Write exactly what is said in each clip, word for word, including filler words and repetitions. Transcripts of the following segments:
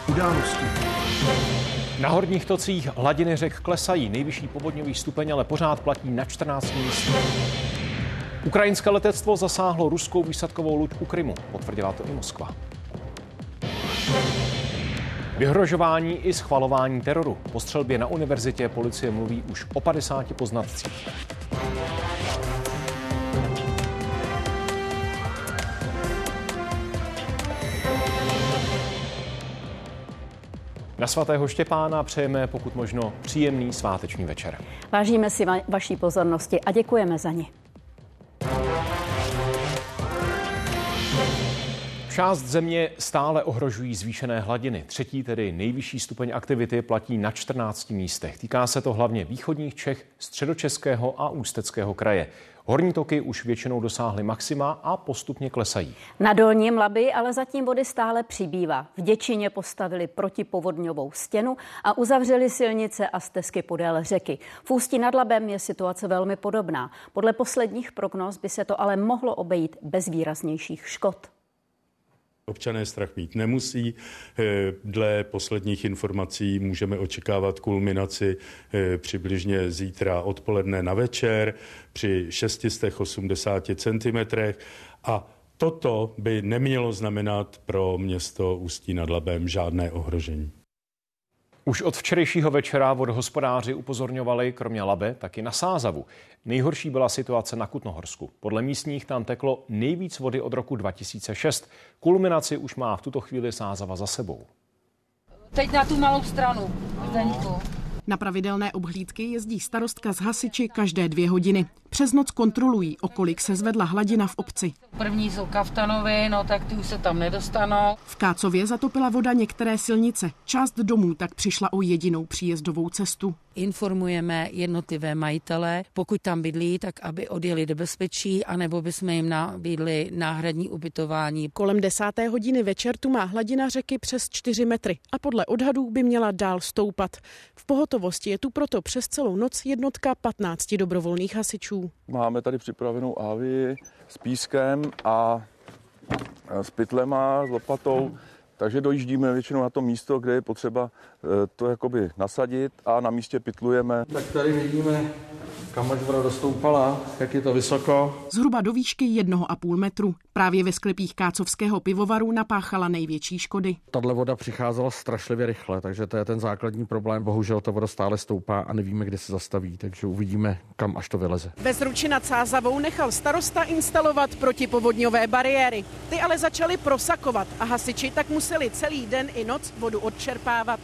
událostí. Na horních tocích hladiny řek klesají, nejvyšší povodňový stupeň ale pořád platí na čtrnácti místech. Ukrajinské letectvo zasáhlo ruskou výsadkovou loď u Krymu, potvrdila to i Moskva. Vyhrožování i schvalování teroru. Po střelbě na univerzitě policie mluví už o padesáti poznatcích. Na svatého Štěpána přejeme pokud možno příjemný sváteční večer. Vážíme si va- vaší pozornosti a děkujeme za ni. Část země stále ohrožují zvýšené hladiny. Třetí, tedy nejvyšší stupeň aktivity, platí na čtrnácti místech. Týká se to hlavně východních Čech, středočeského a Ústeckého kraje. Horní toky už většinou dosáhly maxima a postupně klesají. Na dolním Labi ale zatím vody stále přibývá. V Děčíně postavili protipovodňovou stěnu a uzavřeli silnice a stezky podél řeky. V Ústí nad Labem je situace velmi podobná. Podle posledních prognóz by se to ale mohlo obejít bez výraznějších škod. Občané strach mít nemusí. Dle posledních informací můžeme očekávat kulminaci přibližně zítra odpoledne na večer při šest set osmdesát centimetrech a toto by nemělo znamenat pro město Ústí nad Labem žádné ohrožení. Už od včerejšího večera vodohospodáři upozorňovali kromě Labe taky na Sázavu. Nejhorší byla situace na Kutnohorsku. Podle místních tam teklo nejvíc vody od roku dva tisíce šest. Kulminaci už má v tuto chvíli Sázava za sebou. Teď na tu malou stranu, Zdeňku. Na pravidelné obhlídky jezdí starostka s hasiči každé dvě hodiny. Přes noc kontrolují, o kolik se zvedla hladina v obci. První jsou Kaftanovy, no tak ty už se tam nedostanou. V Kácově zatopila voda některé silnice. Část domů tak přišla o jedinou příjezdovou cestu. Informujeme jednotlivé majitele, pokud tam bydlí, tak aby odjeli do bezpečí, anebo bychom jim nabídli náhradní ubytování. Kolem desáté hodiny večer tu má hladina řeky přes čtyři metry a podle odhadů by měla dál stoupat. V pohotovosti je tu proto přes celou noc jednotka patnácti dobrovolných hasičů. Máme tady připravenou ávii s pískem a s pytlema, s lopatou, takže dojíždíme většinou na to místo, kde je potřeba to jakoby nasadit a na místě pytlujeme. Tak tady vidíme, kam až voda dostoupala, jak je to vysoko. Zhruba do výšky jednoho a půl metru. Právě ve sklepích Kácovského pivovaru napáchala největší škody. Tahle voda přicházela strašlivě rychle, takže to je ten základní problém. Bohužel ta voda stále stoupá a nevíme, kdy se zastaví, takže uvidíme, kam až to vyleze. Ve Zruči nad Sázavou nechal starosta instalovat protipovodňové bariéry. Ty ale začaly prosakovat a hasiči tak museli celý den i noc vodu odčerpávat.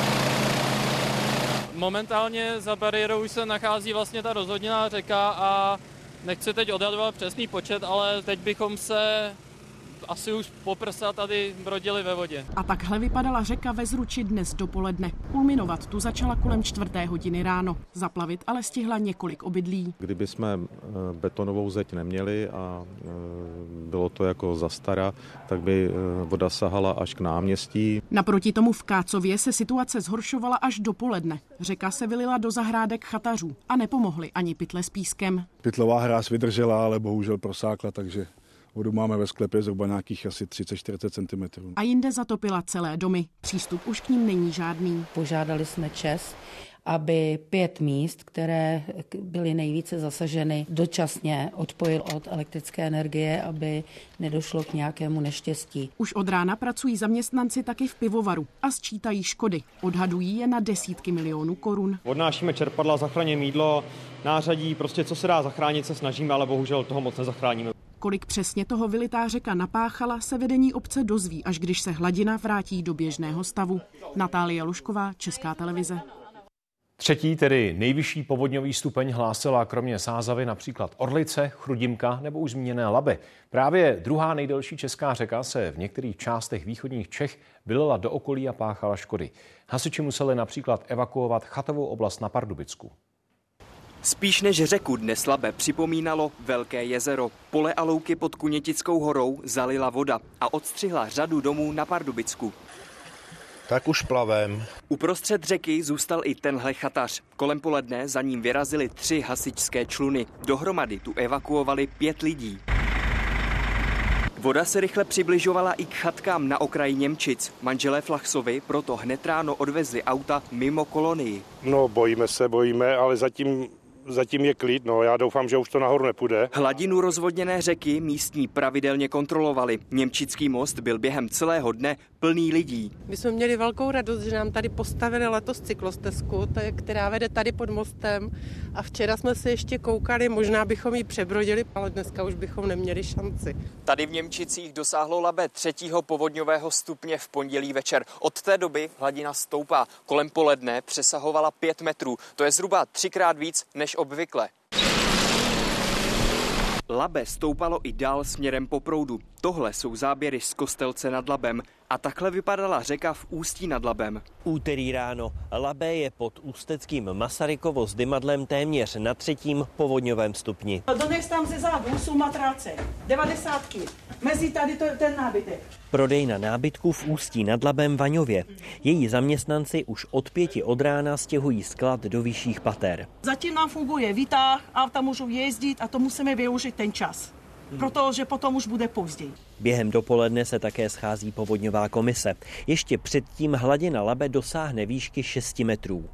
Momentálně za bariérou už se nachází vlastně ta rozhodněná řeka a nechci teď odhadovat přesný počet, ale teď bychom se asi už po prsa tady brodili ve vodě. A takhle vypadala řeka ve Zruči dnes dopoledne. Kulminovat tu začala kolem čtvrté hodiny ráno. Zaplavit ale stihla několik obydlí. Kdyby jsme betonovou zeď neměli a bylo to jako zastara, tak by voda sahala až k náměstí. Naproti tomu v Kácově se situace zhoršovala až dopoledne. Řeka se vylila do zahrádek chatařů a nepomohly ani pytle s pískem. Pytlová hráz vydržela, ale bohužel prosákla, takže vodu máme ve sklepě zhruba nějakých asi třicet až čtyřicet centimetrů. A jinde zatopila celé domy. Přístup už k ním není žádný. Požádali jsme ČEZ, aby pět míst, které byly nejvíce zasaženy, dočasně odpojil od elektrické energie, aby nedošlo k nějakému neštěstí. Už od rána pracují zaměstnanci taky v pivovaru a sčítají škody. Odhadují je na desítky milionů korun. Odnášíme čerpadla, zachraňujeme jídlo, nářadí, prostě co se dá zachránit, se snažíme, ale bohužel toho moc nezachráníme. Kolik přesně toho vylitá řeka napáchala, se vedení obce dozví, až když se hladina vrátí do běžného stavu. Natália Lušková, Česká televize. Třetí, tedy nejvyšší povodňový stupeň, hlásila kromě Sázavy například Orlice, Chrudimka nebo už zmíněné Labe. Právě druhá nejdelší česká řeka se v některých částech východních Čech vylila do okolí a páchala škody. Hasiči museli například evakuovat chatovou oblast na Pardubicku. Spíš než řeku dnes Labe připomínalo velké jezero. Pole a louky pod Kunětickou horou zalila voda a odstřihla řadu domů na Pardubicku. Tak už plavem. Uprostřed řeky zůstal i tenhle chatař. Kolem poledne za ním vyrazily tři hasičské čluny. Dohromady tu evakuovali pět lidí. Voda se rychle přibližovala i k chatkám na okraji Němčic. Manželé Flachsovi proto hned ráno odvezli auta mimo kolonii. No, bojíme se, bojíme, ale zatím... Zatím je klid, no, já doufám, že už to nahoru nepůjde. Hladinu rozvodněné řeky místní pravidelně kontrolovali. Němčický most byl během celého dne plný lidí. My jsme měli velkou radost, že nám tady postavili letos cyklostezku, která vede tady pod mostem. A včera jsme se ještě koukali, možná bychom ji přebrodili, ale dneska už bychom neměli šanci. Tady v Němčicích dosáhlo Labe třetího povodňového stupně v pondělí večer. Od té doby hladina stoupá. Kolem poledne přesahovala pět metrů. To je zhruba třikrát víc než obvykle. Labe stoupalo i dál směrem po proudu. Tohle jsou záběry z Kostelce nad Labem. A takhle vypadala řeka v Ústí nad Labem. Úterý ráno. Labe je pod ústeckým Masarykovo Zdymadlem téměř na třetím povodňovém stupni. Dones tam ze zádu jsou matrace, devadesátky, mezi tady to, ten nábytek. Prodejna nábytků v Ústí nad Labem Vaňově. Její zaměstnanci už od pěti od rána stěhují sklad do vyšších pater. Zatím nám funguje výtah, auta můžou jezdit a to musíme využít ten čas, protože potom už bude později. Během dopoledne se také schází povodňová komise. Ještě předtím hladina Labe dosáhne výšky šesti metrů.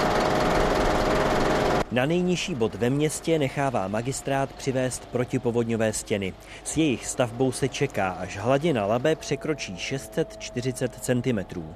Na nejnižší bod ve městě nechává magistrát přivést protipovodňové stěny. S jejich stavbou se čeká, až hladina Labe překročí šest set čtyřicet centimetrů.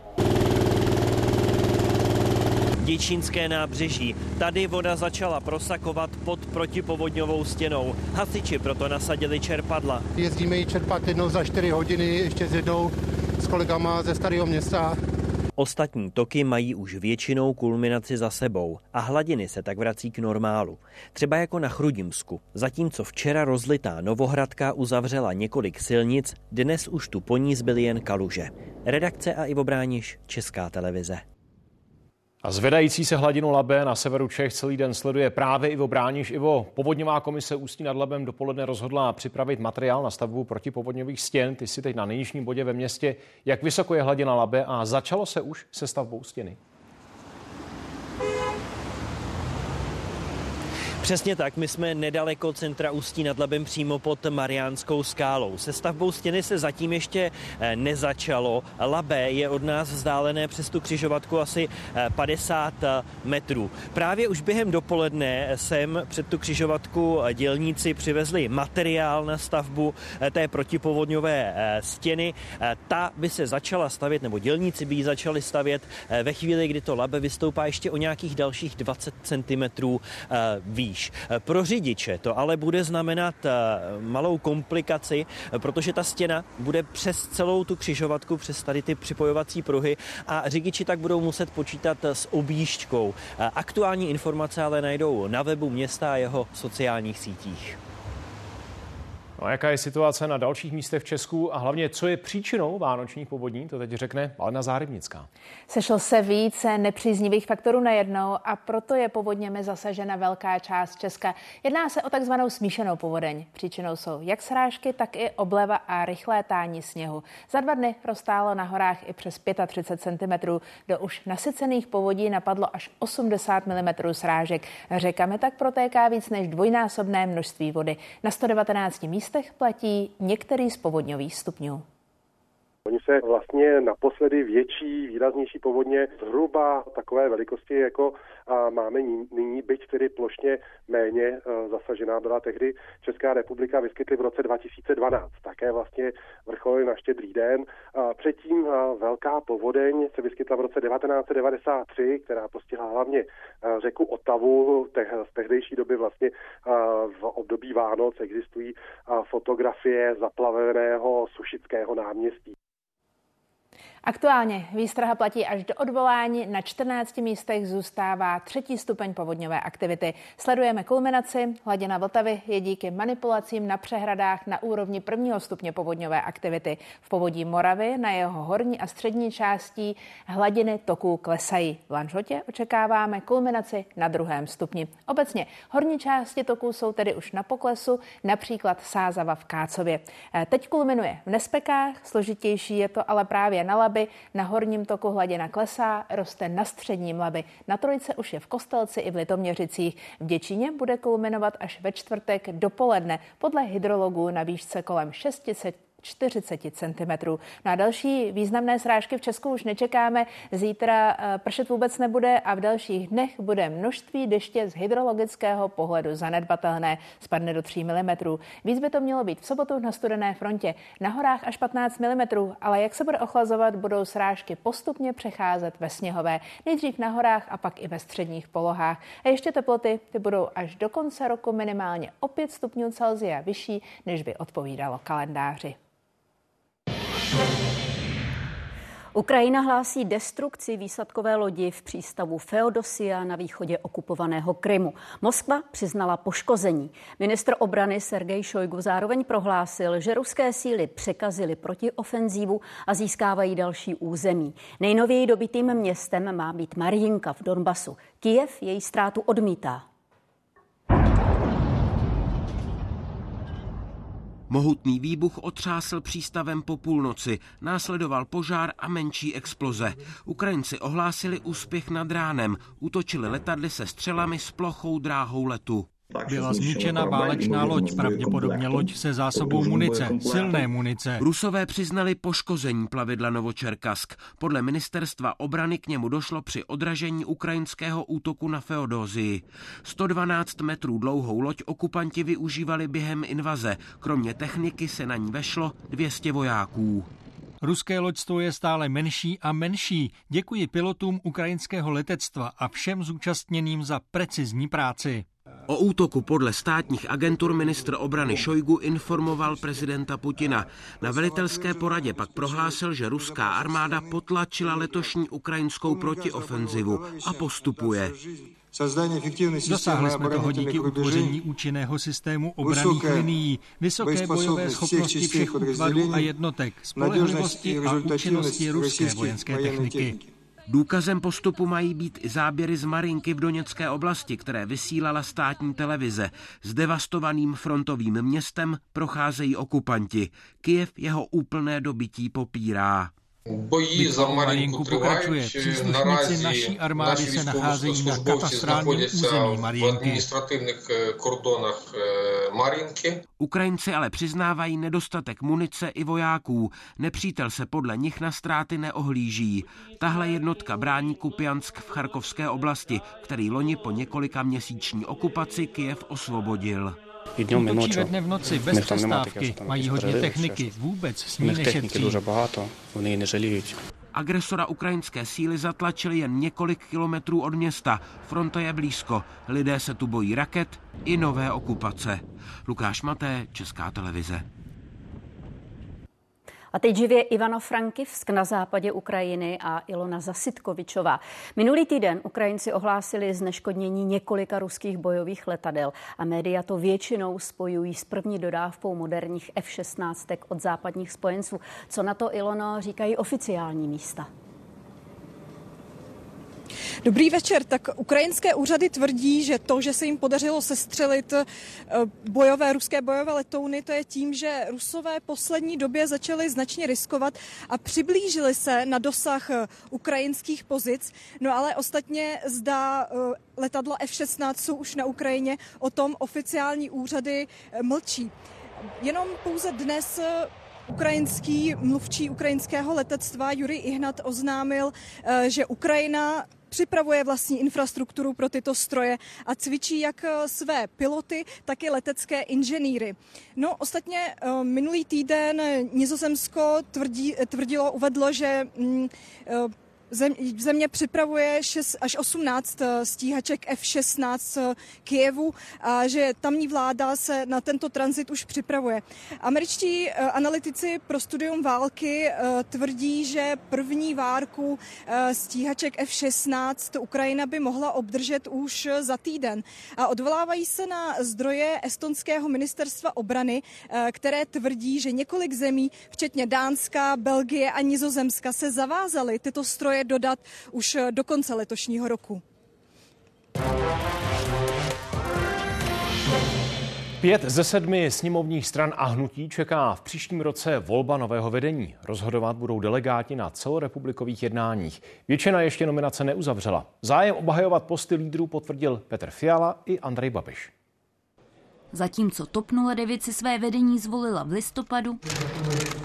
Děčínské nábřeží. Tady voda začala prosakovat pod protipovodňovou stěnou. Hasiči proto nasadili čerpadla. Jezdíme ji čerpat jednou za čtyři hodiny, ještě s jednou s kolegama ze Starého Města. Ostatní toky mají už většinou kulminaci za sebou a hladiny se tak vrací k normálu. Třeba jako na Chrudimsku. Zatímco včera rozlitá Novohradka uzavřela několik silnic, dnes už tu po ní zbyly jen kaluže. Redakce a Ivo Brániš, Česká televize. A zvedající se hladinu Labe na severu Čech celý den sleduje právě Ivo Brániš. Ivo, povodňová komise Ústí nad Labem dopoledne rozhodla připravit materiál na stavbu protipovodňových stěn. Ty jsi teď na nejnižším bodě ve městě. Jak vysoko je hladina Labe a začalo se už se stavbou stěny? Přesně tak, my jsme nedaleko centra Ústí nad Labem přímo pod Mariánskou skálou. Se stavbou stěny se zatím ještě nezačalo. Labe je od nás vzdálené přes tu křižovatku asi padesát metrů. Právě už během dopoledne sem před tu křižovatku dělníci přivezli materiál na stavbu té protipovodňové stěny. Ta by se začala stavět, nebo dělníci by ji začali stavět ve chvíli, kdy to Labe vystoupá ještě o nějakých dalších dvacet centimetrů výš. Pro řidiče to ale bude znamenat malou komplikaci, protože ta stěna bude přes celou tu křižovatku, přes tady ty připojovací pruhy a řidiči tak budou muset počítat s objížďkou. Aktuální informace ale najdou na webu města a jeho sociálních sítích. No a jaká je situace na dalších místech v Česku a hlavně, co je příčinou vánočních povodní, to teď řekne Alena Zárybnická. Sešlo se více nepříznivých faktorů najednou a proto je povodněmi zasažena velká část Česka. Jedná se o takzvanou smíšenou povodeň. Příčinou jsou jak srážky, tak i obleva a rychlé tání sněhu. Za dva dny roztálo na horách i přes třicet pět centimetrů. Do už nasycených povodí napadlo až osmdesát milimetrů srážek. Řekami tak protéká víc než dvojnásobné množství vody. Na sto devatenáct místech platí některý z povodňových stupňů. Oni se vlastně naposledy větší, výraznější povodně zhruba takové velikosti, jako a máme nyní, byť tedy plošně méně zasažená byla tehdy Česká republika, vyskytly v roce dva tisíce dvanáct. Také vlastně vrcholily na Štědrý den. Předtím velká povodeň se vyskytla v roce devatenáct set devadesát tři, která postihla hlavně řeku Otavu. Z tehdejší doby vlastně v období Vánoc existují fotografie zaplaveného Sušického náměstí. Aktuálně výstraha platí až do odvolání. Na čtrnácti místech zůstává třetí stupeň povodňové aktivity. Sledujeme kulminaci. Hladina Vltavy je díky manipulacím na přehradách na úrovni prvního stupně povodňové aktivity. V povodí Moravy na jeho horní a střední části hladiny toků klesají. V Lanžhotě očekáváme kulminaci na druhém stupni. Obecně horní části toků jsou tedy už na poklesu, například Sázava v Kácově. Teď kulminuje v Nespekách, složitější je to ale právě na Labi. Na horním toku hladina klesá, roste na středním Labi. Na Trojce už je v Kostelci i v Litoměřicích. V Děčíně bude kulminovat až ve čtvrtek dopoledne. Podle hydrologů na výšce kolem šest set čtyřicet centimetrů. No a další významné srážky v Česku už nečekáme. Zítra pršet vůbec nebude a v dalších dnech bude množství deště z hydrologického pohledu zanedbatelné. Spadne do tří milimetrů. Víc by to mělo být v sobotu na studené frontě. Na horách až patnáct milimetrů, ale jak se bude ochlazovat, budou srážky postupně přecházet ve sněhové. Nejdřív na horách a pak i ve středních polohách. A ještě teploty, ty budou až do konce roku minimálně o pět stupňů Celsia vyšší, než by odpovídalo kalendáři. Ukrajina hlásí destrukci výsadkové lodi v přístavu Feodosia na východě okupovaného Krymu. Moskva přiznala poškození. Ministr obrany Sergej Šojgu zároveň prohlásil, že ruské síly překazily protiofenzívu a získávají další území. Nejnověji dobytým městem má být Marjinka v Donbasu. Kyjev její ztrátu odmítá. Mohutný výbuch otřásl přístavem po půlnoci, následoval požár a menší exploze. Ukrajinci ohlásili úspěch nad ránem, útočili letadly se střelami s plochou dráhou letu. Byla zničena válečná loď, pravděpodobně loď se zásobou munice, silné munice. Rusové přiznali poškození plavidla Novočerkask. Podle ministerstva obrany k němu došlo při odražení ukrajinského útoku na Feodosii. sto dvanáct metrů dlouhou loď okupanti využívali během invaze. Kromě techniky se na ní vešlo dvě stě vojáků. Ruské loďstvo je stále menší a menší. Děkuji pilotům ukrajinského letectva a všem zúčastněným za precizní práci. O útoku podle státních agentur ministr obrany Šojgu informoval prezidenta Putina. Na velitelské poradě pak prohlásil, že ruská armáda potlačila letošní ukrajinskou protiofenzivu a postupuje. Dosáhli jsme toho díky utvoření účinného systému obranných linií, vysoké bojové schopnosti všech útvarů a jednotek, spolehlivosti a účinnosti ruské vojenské techniky. Důkazem postupu mají být i záběry z Marinky v Doněcké oblasti, které vysílala státní televize. S devastovaným frontovým městem procházejí okupanti. Kyjev jeho úplné dobytí popírá. Boji za Marinku pokračuje. Příslušníci naší armády se nacházejí na katastrálním území Marinky. Ukrajinci ale přiznávají nedostatek munice i vojáků. Nepřítel se podle nich na ztráty neohlíží. Tahle jednotka brání Kupiansk v Charkovské oblasti, který loni po několika měsíční okupaci Kyjev osvobodil. Útočí ve dne v noci bez přestávky, mají hodně techniky, vůbec s ní nešetří. Agresora ukrajinské síly zatlačili jen několik kilometrů od města. Fronta je blízko. Lidé se tu bojí raket i nové okupace. Lukáš Maté, Česká televize. A teď živě Ivano-Frankivsk na západě Ukrajiny a Ilona Zasitkovičová. Minulý týden Ukrajinci ohlásili zneškodnění několika ruských bojových letadel a média to většinou spojují s první dodávkou moderních F šestnáct od západních spojenců. Co na to, Ilono, říkají oficiální místa? Dobrý večer. Tak ukrajinské úřady tvrdí, že to, že se jim podařilo sestřelit bojové, ruské bojové letouny, to je tím, že Rusové poslední době začali značně riskovat a přiblížili se na dosah ukrajinských pozic. No ale ostatně zda letadla F šestnáct jsou už na Ukrajině, o tom oficiální úřady mlčí. Jenom pouze dnes ukrajinský mluvčí ukrajinského letectva Jurij Ihnat oznámil, že Ukrajina připravuje vlastní infrastrukturu pro tyto stroje a cvičí jak své piloty, tak i letecké inženýry. No ostatně minulý týden Nizozemsko tvrdí, tvrdilo, uvedlo, že mm, země připravuje šest až osmnáct stíhaček F šestnáct Kyjevu a že tamní vláda se na tento tranzit už připravuje. Američtí analytici pro studium války tvrdí, že první várku stíhaček F šestnáct Ukrajina by mohla obdržet už za týden. A odvolávají se na zdroje estonského ministerstva obrany, které tvrdí, že několik zemí, včetně Dánska, Belgie a Nizozemska, se zavázaly tyto stroje dodat už do konce letošního roku. Pět ze sedmi sněmovních stran a hnutí čeká v příštím roce volba nového vedení. Rozhodovat budou delegáti na celorepublikových jednáních. Většina ještě nominace neuzavřela. Zájem obhajovat posty lídrů potvrdil Petr Fiala i Andrej Babiš. Zatímco TOP nula devět si své vedení zvolila v listopadu,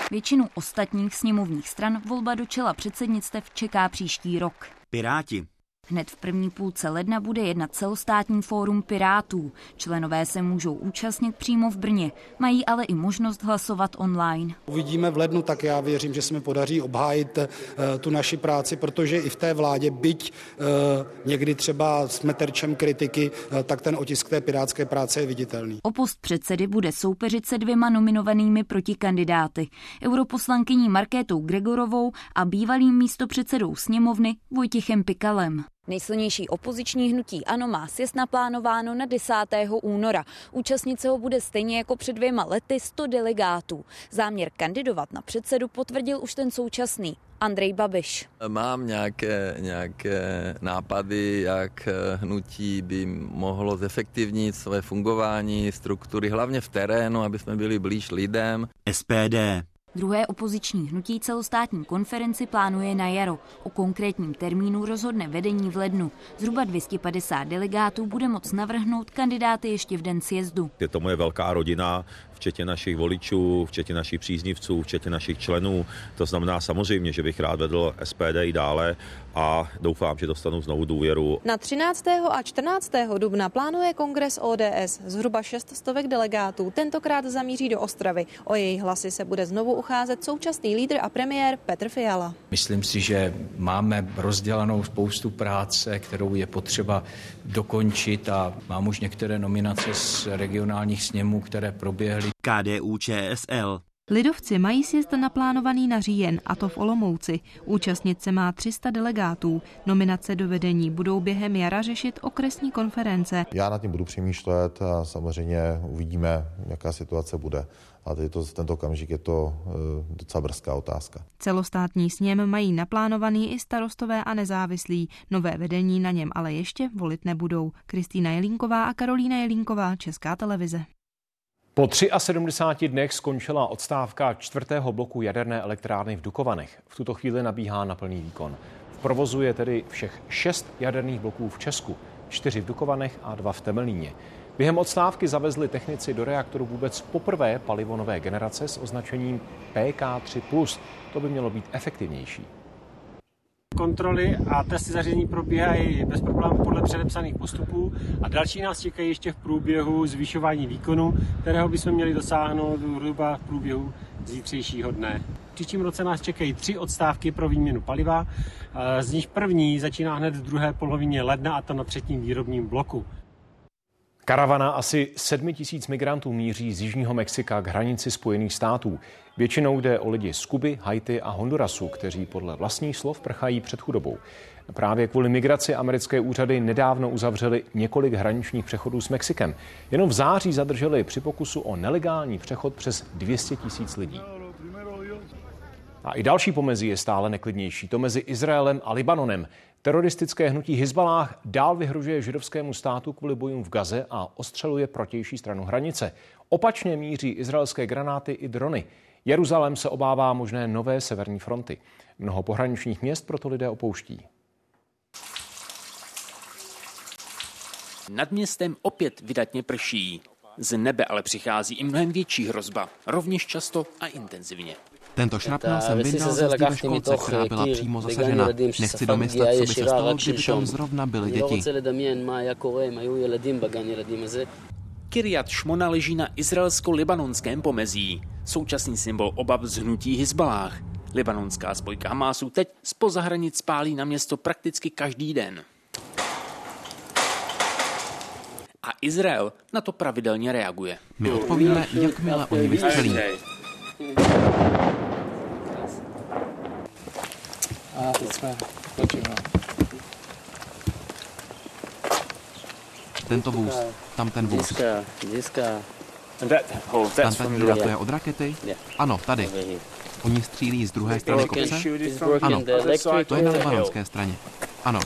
Většinu ostatních sněmovních stran volba do čela předsednictev čeká příští rok. Piráti. Hned v první půlce ledna bude jednat celostátní fórum Pirátů. Členové se můžou účastnit přímo v Brně, mají ale i možnost hlasovat online. Uvidíme v lednu, tak já věřím, že se mi podaří obhájit uh, tu naši práci, protože i v té vládě, byť uh, někdy třeba jsme terčem kritiky, uh, tak ten otisk té pirátské práce je viditelný. O post předsedy bude soupeřit se dvěma nominovanými protikandidáty, europoslankyní Markétou Gregorovou a bývalým místopředsedou sněmovny Vojtěchem Pikalem. Nejsilnější opoziční hnutí ANO má sjezd naplánováno na desátého února. Účastnit se ho bude stejně jako před dvěma lety sto delegátů. Záměr kandidovat na předsedu potvrdil už ten současný Andrej Babiš. Mám nějaké, nějaké nápady, jak hnutí by mohlo zefektivnit své fungování, struktury, hlavně v terénu, aby jsme byli blíž lidem. S P D. Druhé opoziční hnutí celostátní konferenci plánuje na jaro. O konkrétním termínu rozhodne vedení v lednu. Zhruba dvě stě padesát delegátů bude moct navrhnout kandidáty ještě v den sjezdu. Je to moje velká rodina, včetně našich voličů, včetně našich příznivců, včetně našich členů. To znamená samozřejmě, že bych rád vedl S P D i dále a doufám, že dostanu znovu důvěru. Na třináctého a čtrnáctého dubna plánuje kongres O D S. Zhruba šest stovek delegátů tentokrát zamíří do Ostravy. O jejich hlasy se bude znovu ucházet současný lídr a premiér Petr Fiala. Myslím si, že máme rozdělanou spoustu práce, kterou je potřeba dokončit a mám už některé nominace z regionálních sněmů, které proběhly. K D U Č S L. Lidovci mají sjezd naplánovaný na říjen, a to v Olomouci. Účastnit se má tři sta delegátů. Nominace do vedení budou během jara řešit okresní konference. Já nad tím budu přemýšlet a samozřejmě uvidíme, jaká situace bude. A tady to, v tento okamžik je to e, docela brzká otázka. Celostátní sněm mají naplánovaný i starostové a nezávislí. Nové vedení na něm ale ještě volit nebudou. Kristýna Jelínková a Karolína Jelínková, Česká televize. Po sedmdesáti třech dnech skončila odstávka čtvrtého bloku jaderné elektrárny v Dukovanech. V tuto chvíli nabíhá na plný výkon. V provozu je tedy všech šest jaderných bloků v Česku, čtyři v Dukovanech a dva v Temelíně. Během odstávky zavezli technici do reaktoru vůbec poprvé palivo nové generace s označením P K tři plus. To by mělo být efektivnější. Kontroly a testy zařízení probíhají bez problémů podle předepsaných postupů a další nás čekají ještě v průběhu zvyšování výkonu, kterého bychom měli dosáhnout zhruba v průběhu zítřejšího dne. V příštím roce nás čekají tři odstávky pro výměnu paliva, z nich první začíná hned v druhé polovině ledna, a to na třetím výrobním bloku. Karavana asi sedm tisíc migrantů míří z jižního Mexika k hranici Spojených států. Většinou jde o lidi z Kuby, Haiti a Hondurasu, kteří podle vlastních slov prchají před chudobou. Právě kvůli migraci americké úřady nedávno uzavřely několik hraničních přechodů s Mexikem. Jenom v září zadrželi při pokusu o nelegální přechod přes dvě stě tisíc lidí. A i další pomezí je stále neklidnější. To mezi Izraelem a Libanonem. Teroristické hnutí Hizballáh dál vyhrožuje židovskému státu kvůli bojům v Gaze a ostřeluje protější stranu hranice. Opačně míří izraelské granáty i drony. Jeruzalém se obává možné nové severní fronty. Mnoho pohraničních měst proto lidé opouští. Nad městem opět vydatně prší. Z nebe ale přichází i mnohem větší hrozba, rovněž často a intenzivně. Tento šrapnel jsem vyndal ze zdi ve školce, která byla přímo zasažena. Nechci domyslet, co by se stalo, kdyby tam zrovna byly děti. Kiryat Šmona leží na izraelsko-libanonském pomezí. Současný symbol obav z hnutí Hizballáh. Libanonská spojka Hamásu teď zpoza hranic pálí na město prakticky každý den. A Izrael na to pravidelně reaguje. My odpovíme, jakmile oni vystřelí. Tento vůz, tam ten vůz. Tam ten díra, to je od rakety? Ano, tady. Oni střílí z druhé strany kopce? Ano, to je na libanonské straně. Ano.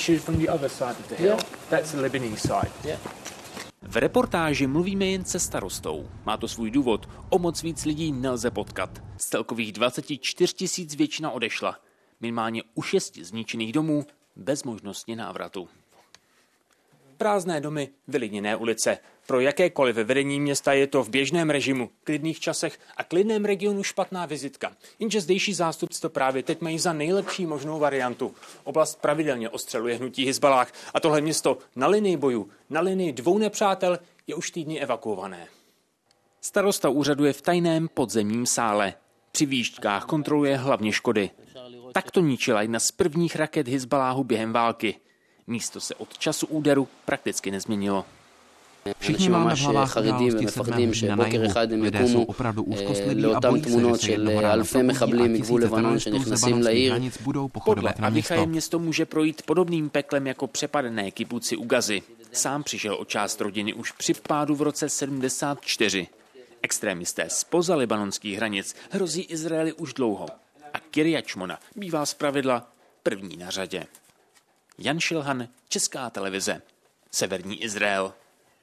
V reportáži mluvíme jen se starostou. Má to svůj důvod. O moc víc lidí nelze potkat. Z celkových dvacet čtyři tisíc většina odešla. Minimálně u šesti zničených domů bez možnosti návratu. prázdné domy, vylidněné ulice. Pro jakékoliv vedení města je to v běžném režimu, klidných časech a klidném regionu špatná vizitka. Jenže zdejší zástupci to právě teď mají za nejlepší možnou variantu. Oblast pravidelně ostřeluje hnutí Hizballáh a tohle město na linii bojů, na linii dvou nepřátel je už týdny evakuované. Starosta úřaduje v tajném podzemním sále. Při výšťkách kontroluje hlavně škody. Tak to ničila jedna z prvních raket Hizballáhu během války. Místo se od času úderu prakticky nezměnilo. Všichni máme v hlavách události sedmého října na jihu. Lidé jsou opravdu úzkostliví a bojí se, že se jednoho rána probudí a tisíce teroristů z libanonských hranic budou pochodovat na město. Podle město může projít podobným peklem jako přepadené kibuci u Gazy. Sám přišel o část rodiny už při pádu v roce sedmdesát čtyři. Extrémisté zpoza libanonských hranic hrozí Izraeli už dlouho. A Kirjat Šmona bývá zpravidla první na řadě. Jan Šilhan, Česká televize, Severní Izrael.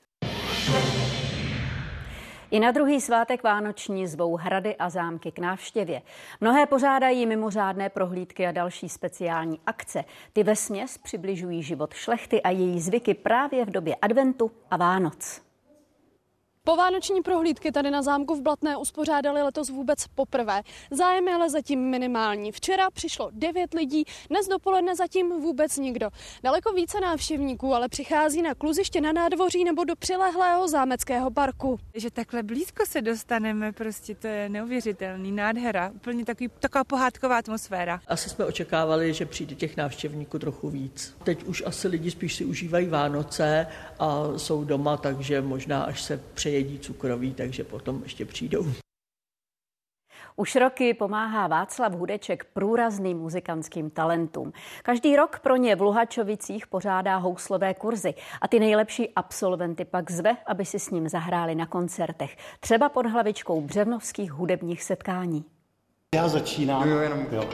I na druhý svátek vánoční zvou hrady a zámky k návštěvě. Mnohé pořádají mimořádné prohlídky a další speciální akce. Ty vesměs přibližují život šlechty a její zvyky právě v době adventu a Vánoc. Povánoční prohlídky tady na zámku v Blatné uspořádali letos vůbec poprvé. Zájem je ale zatím minimální. Včera přišlo devět lidí, dnes dopoledne zatím vůbec nikdo. Daleko více návštěvníků ale přichází na kluziště na nádvoří nebo do přilehlého zámeckého parku. Že takhle blízko se dostaneme, prostě to je neuvěřitelný, nádhera, úplně takový, taková pohádková atmosféra. Asi jsme očekávali, že přijde těch návštěvníků trochu víc. Teď už asi lidi spíš si užívají Vánoce a jsou doma, takže možná až se přejedí cukroví, takže potom ještě přijdou. Už roky pomáhá Václav Hudeček průrazným muzikantským talentům. Každý rok pro ně v Luhačovicích pořádá houslové kurzy a ty nejlepší absolventy pak zve, aby si s ním zahráli na koncertech. Třeba pod hlavičkou břevnovských hudebních setkání. Já začínám. Jo, jenom... jo.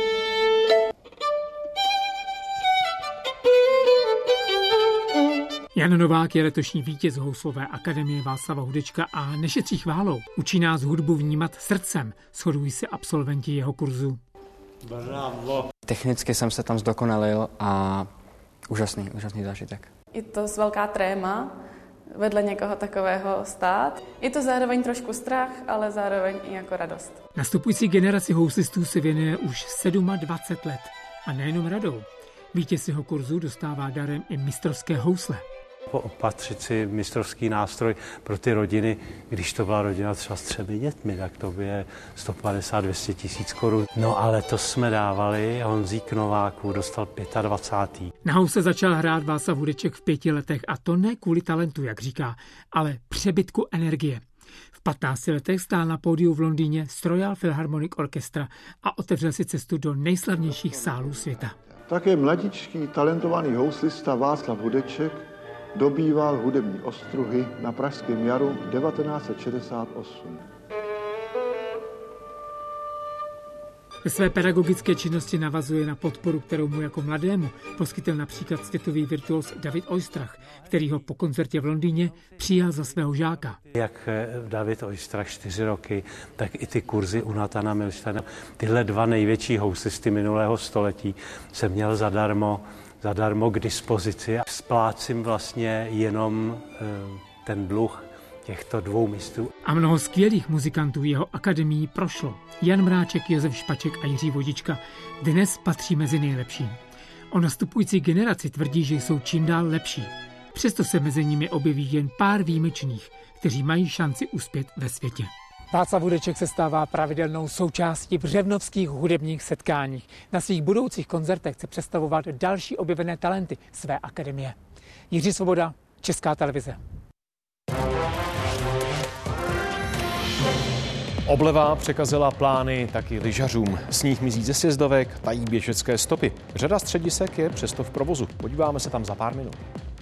Jan Novák je letošní vítěz houslové akademie Václava Hudečka a nešetří chválou. Učí nás hudbu vnímat srdcem, shodují se absolventi jeho kurzu. Bravo. Technicky jsem se tam zdokonalil a úžasný, úžasný zážitek. Je to velká tréma vedle někoho takového stát. Je to zároveň trošku strach, ale zároveň i jako radost. Nastupující generaci houslistů se věnuje už dvacet sedm let a nejenom radou. Vítěz jeho kurzu dostává darem i mistrovské housle. Opatřit si mistrovský nástroj pro ty rodiny, když to byla rodina třeba s třemi dětmi, tak to by je sto padesát dvě stě tisíc korun. No ale to jsme dávali, Honzík Nováků dostal dvacátý pátý Na housle začal hrát Václav Hudeček v pěti letech a to ne kvůli talentu, jak říká, ale přebytku energie. V patnácti letech stál na pódiu v Londýně s Royal Philharmonic Orchestra a otevřel si cestu do nejslavnějších sálů světa. Také mladičký talentovaný houslista Václav Hudeček dobýval hudební ostruhy na Pražském jaru devatenáct set šedesát osm. Ve své pedagogické činnosti navazuje na podporu, kterou mu jako mladému poskytl například světový virtuos David Oistrach, který ho po koncertě v Londýně přijal za svého žáka. Jak David Oistrach čtyři roky, tak i ty kurzy u Nathana Milštejna. Tyhle dva největší houslisty minulého století jsem měl zadarmo, zadarmo k dispozici. Splácím vlastně jenom ten dluh těchto dvou mistrů. A mnoho skvělých muzikantů jeho akademií prošlo. Jan Mráček, Josef Špaček a Jiří Vodička dnes patří mezi nejlepší. O nastupující generaci tvrdí, že jsou čím dál lepší. Přesto se mezi nimi objeví jen pár výjimečných, kteří mají šanci uspět ve světě. Václav Hudeček se stává pravidelnou součástí břevnovských hudebních setkáních. Na svých budoucích koncertech chce představovat další objevené talenty své akademie. Jiří Svoboda, Česká televize. Obleva překazila plány taky lyžařům. Sníh mizí ze sjezdovek, tají běžecké stopy. Řada středisek je přesto v provozu. Podíváme se tam za pár minut.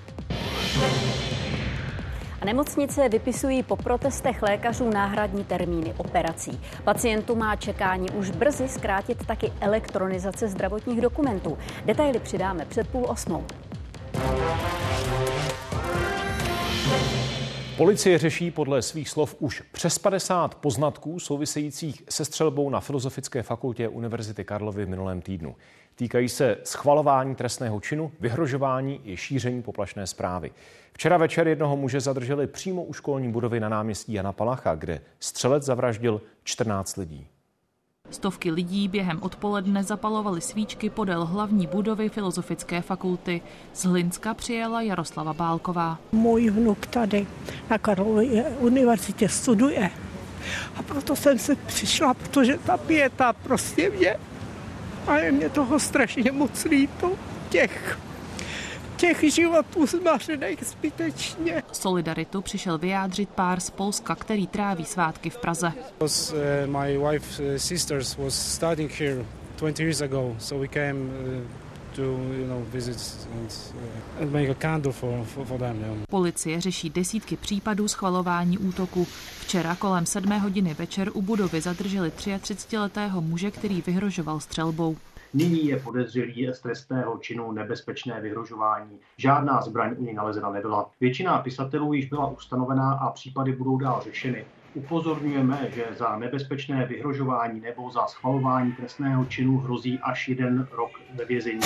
A nemocnice vypisují po protestech lékařů náhradní termíny operací. Pacientů má čekání už brzy zkrátit taky elektronizace zdravotních dokumentů. Detaily přidáme před půl osmou. Policie řeší podle svých slov už přes padesát poznatků souvisejících se střelbou na Filozofické fakultě Univerzity Karlovy v minulém týdnu. Týkají se schvalování trestného činu, vyhrožování i šíření poplašné zprávy. Včera večer jednoho muže zadrželi přímo u školní budovy na náměstí Jana Palacha, kde střelec zavraždil čtrnáct lidí. Stovky lidí během odpoledne zapalovaly svíčky podél hlavní budovy Filozofické fakulty. Z Hlinska přijela Jaroslava Bálková. Můj vnuk tady na Karlově univerzitě studuje. A proto jsem se přišla, protože ta pieta prostě mě. A je mě toho strašně moc líto. Těch, těch životů zmařených zbytečně. Solidaritu přišel vyjádřit pár z Polska, který tráví svátky v Praze. My wife's sisters was studying here twenty years ago, so we came to, you know, visit and make a candle for, for, for them. Yeah. Policie řeší desítky případů schvalování útoku. Včera kolem sedmé hodiny večer u budovy zadrželi třiatřicetiletého muže, který vyhrožoval střelbou. Nyní je podezřelý z trestného činu nebezpečné vyhrožování. Žádná zbraň u něj nalezena nebyla. Většina pisatelů již byla ustanovená a případy budou dál řešeny. Upozorňujeme, že za nebezpečné vyhrožování nebo za schvalování trestného činu hrozí až jeden rok ve vězení.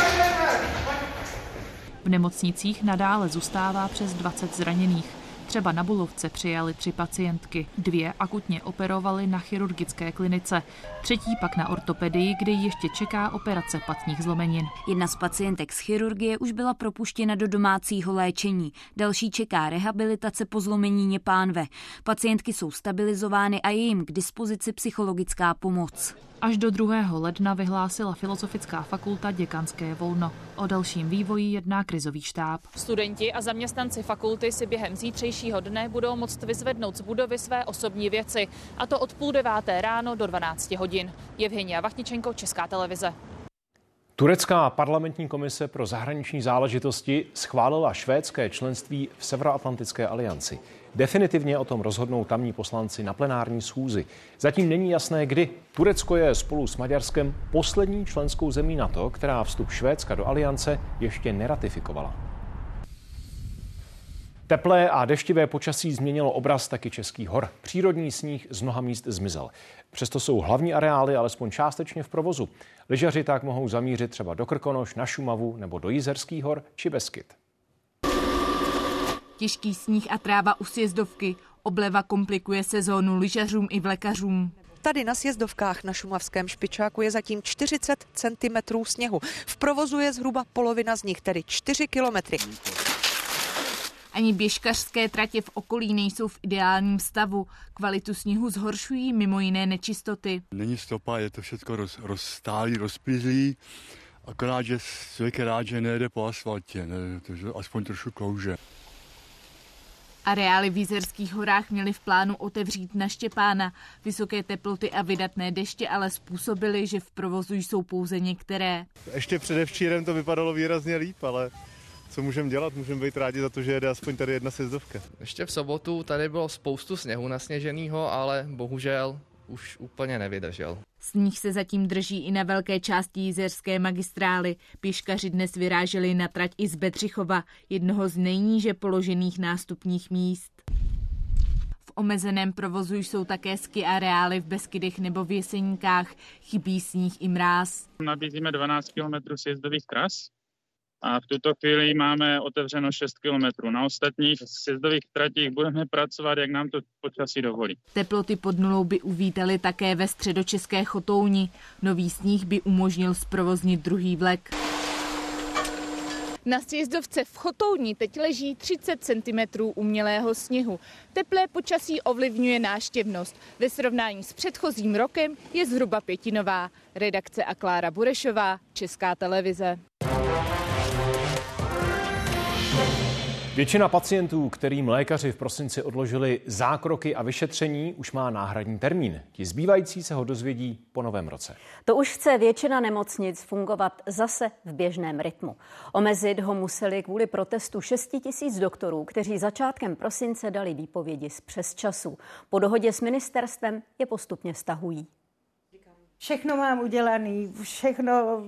V nemocnicích nadále zůstává přes dvacet zraněných. Třeba na Bulovce přijali tři pacientky. Dvě akutně operovali na chirurgické klinice. Třetí pak na ortopedii, kde ještě čeká operace patních zlomenin. Jedna z pacientek z chirurgie už byla propuštěna do domácího léčení. Další čeká rehabilitace po zlomenině pánve. Pacientky jsou stabilizovány a je jim k dispozici psychologická pomoc. Až do druhého ledna vyhlásila Filozofická fakulta děkanské volno. O dalším vývoji jedná krizový štáb. Studenti a zaměstnanci fakulty si během zítřejšího dne budou moct vyzvednout z budovy své osobní věci, a to od půl deváté ráno do dvanácti hodin. Jevhenia Vachničenko, Česká televize. Turecká parlamentní komise pro zahraniční záležitosti schválila švédské členství v Severoatlantické alianci. Definitivně o tom rozhodnou tamní poslanci na plenární schůzi. Zatím není jasné, kdy. Turecko je spolu s Maďarskem poslední členskou zemí NATO, která vstup Švédska do aliance ještě neratifikovala. Teplé a deštivé počasí změnilo obraz taky českých hor. Přírodní sníh z mnoha míst zmizel. Přesto jsou hlavní areály alespoň částečně v provozu. Lyžaři tak mohou zamířit třeba do Krkonoš, na Šumavu nebo do Jizerských hor či Beskyd. Těžký sníh a tráva u sjezdovky. Obleva komplikuje sezónu lyžařům i vlekařům. Tady na sjezdovkách na šumavském Špičáku je zatím čtyřicet centimetrů sněhu. V provozu je zhruba polovina z nich, tedy čtyři kilometry. Ani běžkařské tratě v okolí nejsou v ideálním stavu. Kvalitu sněhu zhoršují mimo jiné nečistoty. Není stopa, je to všechno roz, rozstálý, rozplyzlý, akorát, že člověk je rád, že nejede po asfaltě, ne, takže aspoň trošku klouže. Areály v Jizerských horách měly v plánu otevřít na Štěpána. Vysoké teploty a vydatné deště ale způsobily, že v provozu jsou pouze některé. Ještě předevčírem to vypadalo výrazně líp, ale co můžeme dělat? Můžeme být rádi za to, že jede aspoň tady jedna sjezdovka. Ještě v sobotu tady bylo spoustu sněhu nasněženého, ale bohužel už úplně nevydržel. Sníh se zatím drží i na velké části jizerské magistrály. Pěškaři dnes vyráželi na trať i z Bedřichova, jednoho z nejníže položených nástupních míst. V omezeném provozu jsou také ski areály v Beskydech nebo v Jeseníkách. Chybí sníh i mráz. Nabízíme dvanáct kilometrů sjezdových tras a v tuto chvíli máme otevřeno šest kilometrů. Na ostatních sjezdových tratích budeme pracovat, jak nám to počasí dovolí. Teploty pod nulou by uvítali také ve středočeské Chotouni. Nový sníh by umožnil zprovoznit druhý vlek. Na sjezdovce v Chotouni teď leží třicet centimetrů umělého sněhu. Teplé počasí ovlivňuje návštěvnost. Ve srovnání s předchozím rokem je zhruba pětinová. Redakce a Klára Burešová, Česká televize. Většina pacientů, kterým lékaři v prosinci odložili zákroky a vyšetření, už má náhradní termín. Ti zbývající se ho dozvědí po novém roce. To už chce většina nemocnic fungovat zase v běžném rytmu. Omezit ho museli kvůli protestu šesti tisíc doktorů, kteří začátkem prosince dali výpovědi z přesčasů. Po dohodě s ministerstvem je postupně stahují. Všechno mám udělaný, všechno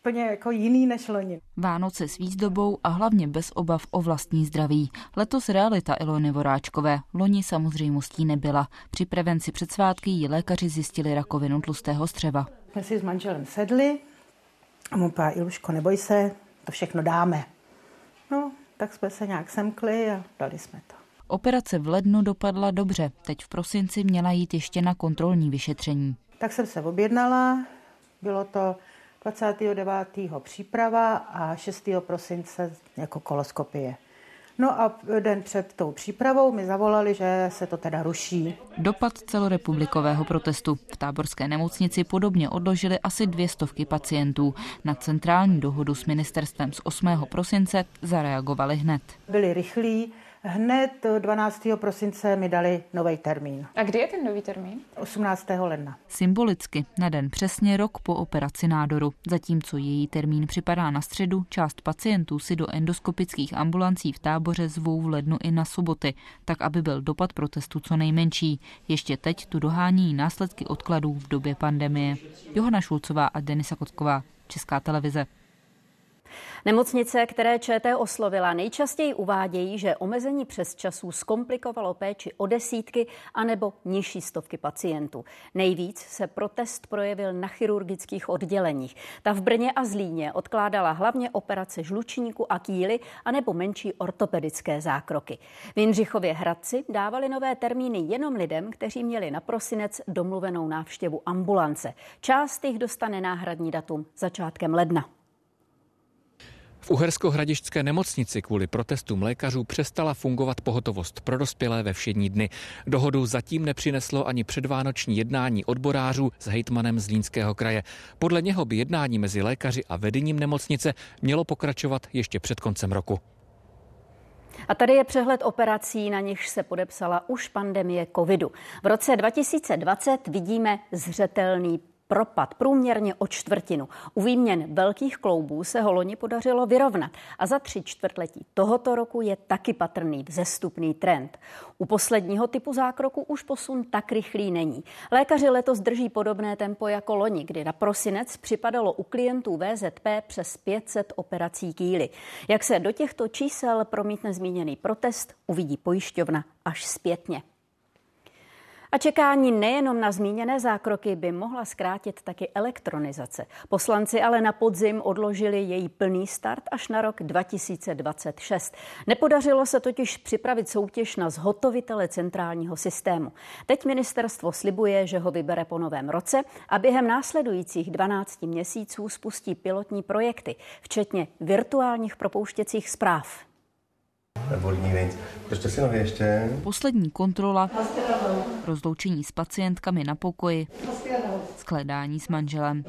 úplně jako jiný než loni. Vánoce s výzdobou a hlavně bez obav o vlastní zdraví. Letos realita Ilony Voráčkové. Loni samozřejmostí nebyla. Při prevenci před svátky jí lékaři zjistili rakovinu tlustého střeva. Jsme si s manželem sedli a mu pá, Iluško, neboj se, to všechno dáme. No, tak jsme se nějak semkli a dali jsme to. Operace v lednu dopadla dobře. Teď v prosinci měla jít ještě na kontrolní vyšetření. Tak jsem se objednala, bylo to dvacátého devátého příprava a šestého prosince jako koloskopie. No a den před tou přípravou mi zavolali, že se to teda ruší. Dopad celorepublikového protestu. V táborské nemocnici podobně odložili asi dvě stovky pacientů. Na centrální dohodu s ministerstvem z osmého prosince zareagovali hned. Byli rychlí. Hned dvanáctého prosince mi dali nový termín. A kdy je ten nový termín? osmnáctého ledna. Symbolicky na den přesně rok po operaci nádoru. Zatímco její termín připadá na středu, část pacientů si do endoskopických ambulancí v Táboře zvou v lednu i na soboty, tak aby byl dopad protestu co nejmenší. Ještě teď tu dohání následky odkladů v době pandemie. Johana Šulcová a Denisa Kotková, Česká televize. Nemocnice, které ČT oslovila, nejčastěji uvádějí, že omezení přesčasů zkomplikovalo péči o desítky anebo nižší stovky pacientů. Nejvíc se protest projevil na chirurgických odděleních. Ta v Brně a Zlíně odkládala hlavně operace žlučníku a kýly anebo menší ortopedické zákroky. V Jindřichově Hradci dávali nové termíny jenom lidem, kteří měli na prosinec domluvenou návštěvu ambulance. Část jich dostane náhradní datum začátkem ledna. V uherskohradišťské nemocnici kvůli protestům lékařů přestala fungovat pohotovost pro dospělé ve všední dny. Dohodu zatím nepřineslo ani předvánoční jednání odborářů s hejtmanem Zlínského kraje. Podle něho by jednání mezi lékaři a vedením nemocnice mělo pokračovat ještě před koncem roku. A tady je přehled operací, na nichž se podepsala už pandemie covidu. V roce dva tisíce dvacet vidíme zřetelný propad, průměrně o čtvrtinu. U výměn velkých kloubů se ho loni podařilo vyrovnat a za tři čtvrtletí tohoto roku je taky patrný vzestupný trend. U posledního typu zákroku už posun tak rychlý není. Lékaři letos drží podobné tempo jako loni, kdy na prosinec připadalo u klientů V Z P přes pět set operací kýly. Jak se do těchto čísel promítne zmíněný protest, uvidí pojišťovna až zpětně. A čekání nejenom na zmíněné zákroky by mohla zkrátit taky elektronizace. Poslanci ale na podzim odložili její plný start až na rok dva tisíce dvacet šest. Nepodařilo se totiž připravit soutěž na zhotovitele centrálního systému. Teď ministerstvo slibuje, že ho vybere po novém roce a během následujících dvanácti měsíců spustí pilotní projekty, včetně virtuálních propouštěcích zpráv. Bolí víc. Držte si nohy ještě. Poslední kontrola, rozloučení s pacientkami na pokoji, shledání s manželem.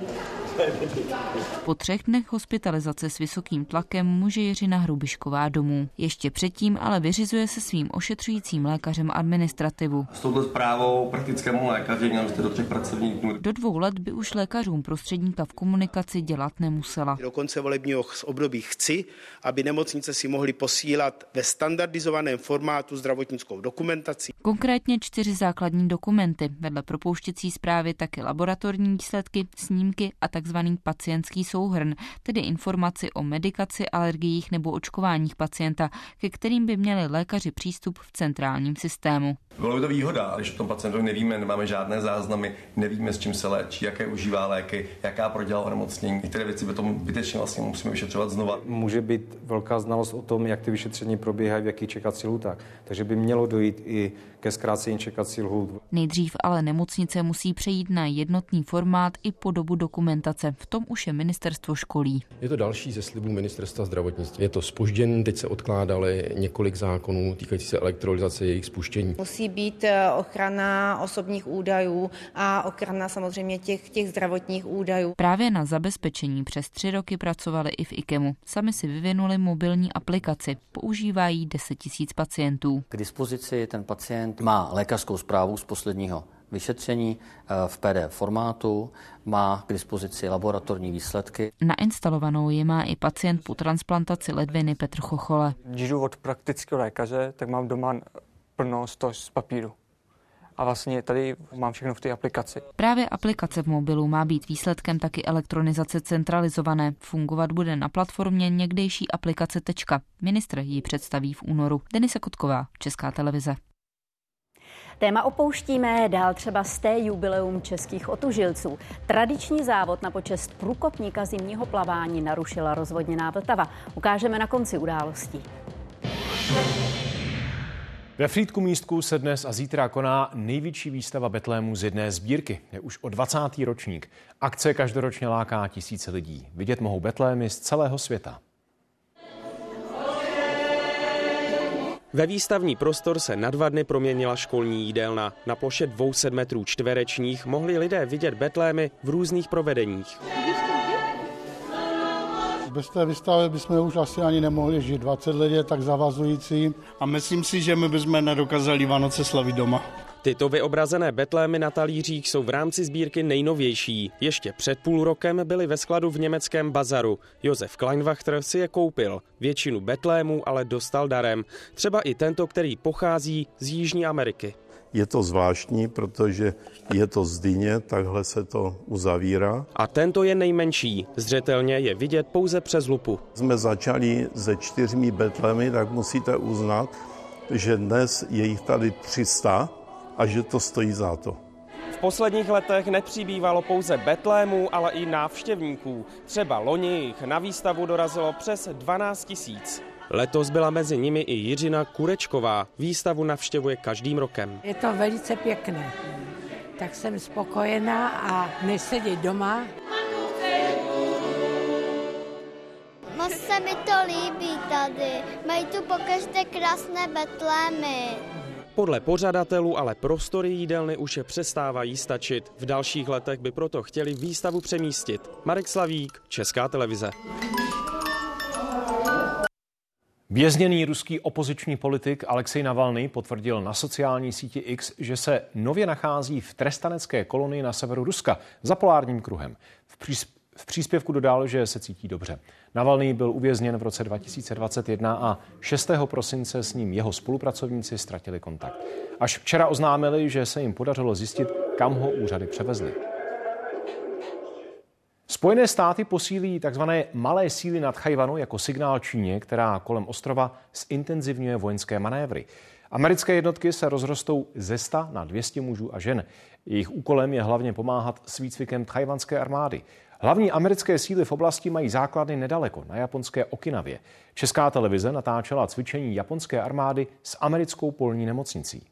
Po třech dnech hospitalizace s vysokým tlakem může Jiřina Hrubišková domů. Ještě předtím ale vyřizuje se svým ošetřujícím lékařem administrativu. S touto zprávou praktickému lékaři měl jste do třech pracovních dnů. Do dvou let by už lékařům prostředníka v komunikaci dělat nemusela. Do konce volebního období chci, aby nemocnice si mohly posílat ve standardizovaném formátu zdravotnickou dokumentaci. Konkrétně čtyři základní dokumenty, vedle propouštěcí zprávy taky laboratorní výsledky, snímky a takzvaný pacientský souhrn, tedy informaci o medikaci, alergiích nebo očkováních pacienta, ke kterým by měli lékaři přístup v centrálním systému. Bylo by to výhoda, když o tom pacientovi nevíme, nemáme žádné záznamy, nevíme, s čím se léčí, jaké užívá léky, jaká prodělala onemocnění. Některé věci by tomu bytečně vlastně musíme vyšetřovat znova. Může být velká znalost o tom, jak ty vyšetření probíhají, v jakých čekací lhůtách. Takže by mělo dojít i ke zkrácení čekací lhůt. Nejdřív ale nemocnice musí přejít na jednotný formát i podobu dokumentace. V tom už je ministerstvo školí. Je to další ze slibů ministerstva zdravotnictví. Je to zpožděné, teď se odkládaly několik zákonů týkající se elektronizace jejich spuštění. Musí být ochrana osobních údajů a ochrana samozřejmě těch, těch zdravotních údajů. Právě na zabezpečení přes tři roky pracovali i v IKEMu. Sami si vyvinuli mobilní aplikaci. Používají deset tisíc pacientů. K dispozici ten pacient má lékařskou zprávu z posledního vyšetření v P D F formátu, má k dispozici laboratorní výsledky. Nainstalovanou je má i pacient po transplantaci ledviny Petr Chochole. Když jdu od praktického lékaře, tak mám doma plno z papíru. a vlastně tady mám všechno v té aplikaci. Právě aplikace v mobilu má být výsledkem taky elektronizace centralizované. Fungovat bude na platformě někdejší aplikace Tečka. Ministr ji představí v únoru. Denisa Kotková, Česká televize. Téma opouštíme, dál třeba z té jubileum českých otužilců. Tradiční závod na počest průkopníka zimního plavání narušila rozvodněná Vltava. Ukážeme na konci událostí. Ve Frýdku Místku se dnes a zítra koná největší výstava betlémů z jedné sbírky. Je už o dvacátý ročník. Akce každoročně láká tisíce lidí. Vidět mohou betlémy z celého světa. Ve výstavní prostor se na dva dny proměnila školní jídelna. Na ploše dvě stě metrů čtverečních mohli lidé vidět betlémy v různých provedeních. Bez té výstavy bychom už asi ani nemohli žít. dvacet let je tak zavazující. A myslím si, že my bychom nedokázali Vánoce slavit doma. Tyto vyobrazené betlémy na talířích jsou v rámci sbírky nejnovější. Ještě před půl rokem byly ve skladu v německém bazaru. Josef Kleinwachter si je koupil. Většinu betlémů ale dostal darem. Třeba i tento, který pochází z Jižní Ameriky. Je to zvláštní, protože je to z dyně, takhle se to uzavírá. A tento je nejmenší. Zřetelně je vidět pouze přes lupu. Jsme začali se čtyřmi betlémy, tak musíte uznat, že dnes je jich tady tři sta a že to stojí za to. V posledních letech nepřibývalo pouze betlémů, ale i návštěvníků. Třeba loni jich na výstavu dorazilo přes dvanáct tisíc. Letos byla mezi nimi i Jiřina Kurečková. Výstavu navštěvuje každým rokem. Je to velice pěkné. Tak jsem spokojená a nesedět doma. Moc se mi to líbí tady. Mají tu pokaždé krásné betlémy. Podle pořadatelů ale prostory jídelny už přestávají stačit. V dalších letech by proto chtěli výstavu přemístit. Marek Slavík, Česká televize. Vězněný ruský opoziční politik Alexej Navalny potvrdil na sociální síti X, že se nově nachází v trestanecké kolonii na severu Ruska za polárním kruhem. V, přís- v příspěvku dodal, že se cítí dobře. Navalny byl uvězněn v roce dva tisíce dvacet jedna a šestého prosince s ním jeho spolupracovníci ztratili kontakt. Až včera oznámili, že se jim podařilo zjistit, kam ho úřady převezly. Spojené státy posílí tzv. Malé síly nad Tchaj-wanu jako signál Číně, která kolem ostrova zintenzivňuje vojenské manévry. Americké jednotky se rozrostou ze sta na dvě stě mužů a žen. Jejich úkolem je hlavně pomáhat s výcvikem tchajwanské armády. Hlavní americké síly v oblasti mají základny nedaleko, na japonské Okinavě. Česká televize natáčela cvičení japonské armády s americkou polní nemocnicí.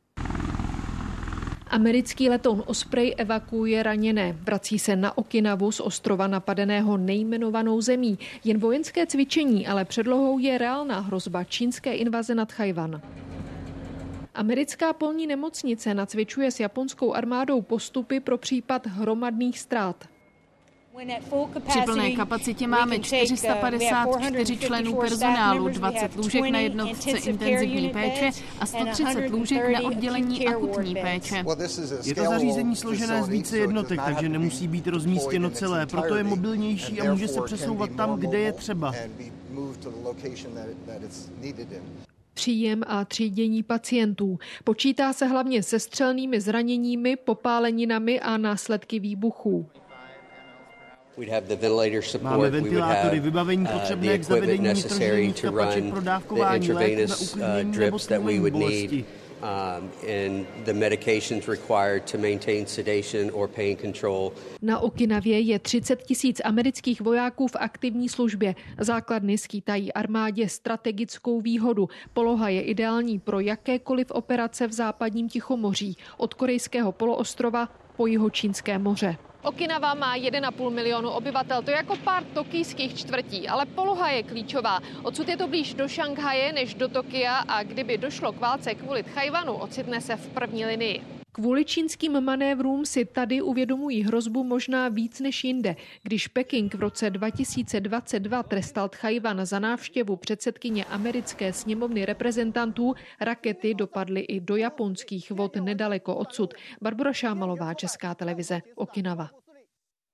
Americký letoun Osprey evakuuje raněné. Vrací se na Okinavu z ostrova napadeného nejmenovanou zemí. Jen vojenské cvičení, ale předlohou je reálná hrozba čínské invaze na Tchaj-wan. Americká polní nemocnice nacvičuje s japonskou armádou postupy pro případ hromadných ztrát. Při plné kapacitě máme čtyři sta padesát čtyři členů personálu, dvacet lůžek na jednotce intenzivní péče a sto třicet lůžek na oddělení akutní péče. Je to zařízení složené z více jednotek, takže nemusí být rozmístěno celé, proto je mobilnější a může se přesouvat tam, kde je třeba. Příjem a třídění pacientů. Počítá se hlavně se střelnými zraněními, popáleninami a následky výbuchů. Máme ventilátory, vybavení potřebné k zavedení nitroženních kapaček pro dávkování léků na uklidnění nebo tlumení bolesti. Na Okinavě je třicet tisíc amerických vojáků v aktivní službě. Základny skýtají armádě strategickou výhodu. Poloha je ideální pro jakékoliv operace v západním Tichomoří, od korejského poloostrova po Jihočínské moře. Okinawa má jeden a půl milionu obyvatel, to je jako pár tokijských čtvrtí, ale poloha je klíčová. Odsud je to blíž do Šanghaje než do Tokia a kdyby došlo k válce kvůli Tchaj-wanu, ocitne se v první linii. Kvůli čínským manévrům si tady uvědomují hrozbu možná víc než jinde. Když Peking v roce dva tisíce dvacet dva trestal Tchaj-wan za návštěvu předsedkyně americké sněmovny reprezentantů, rakety dopadly i do japonských vod nedaleko odsud. Barbora Šámalová, Česká televize, Okinawa.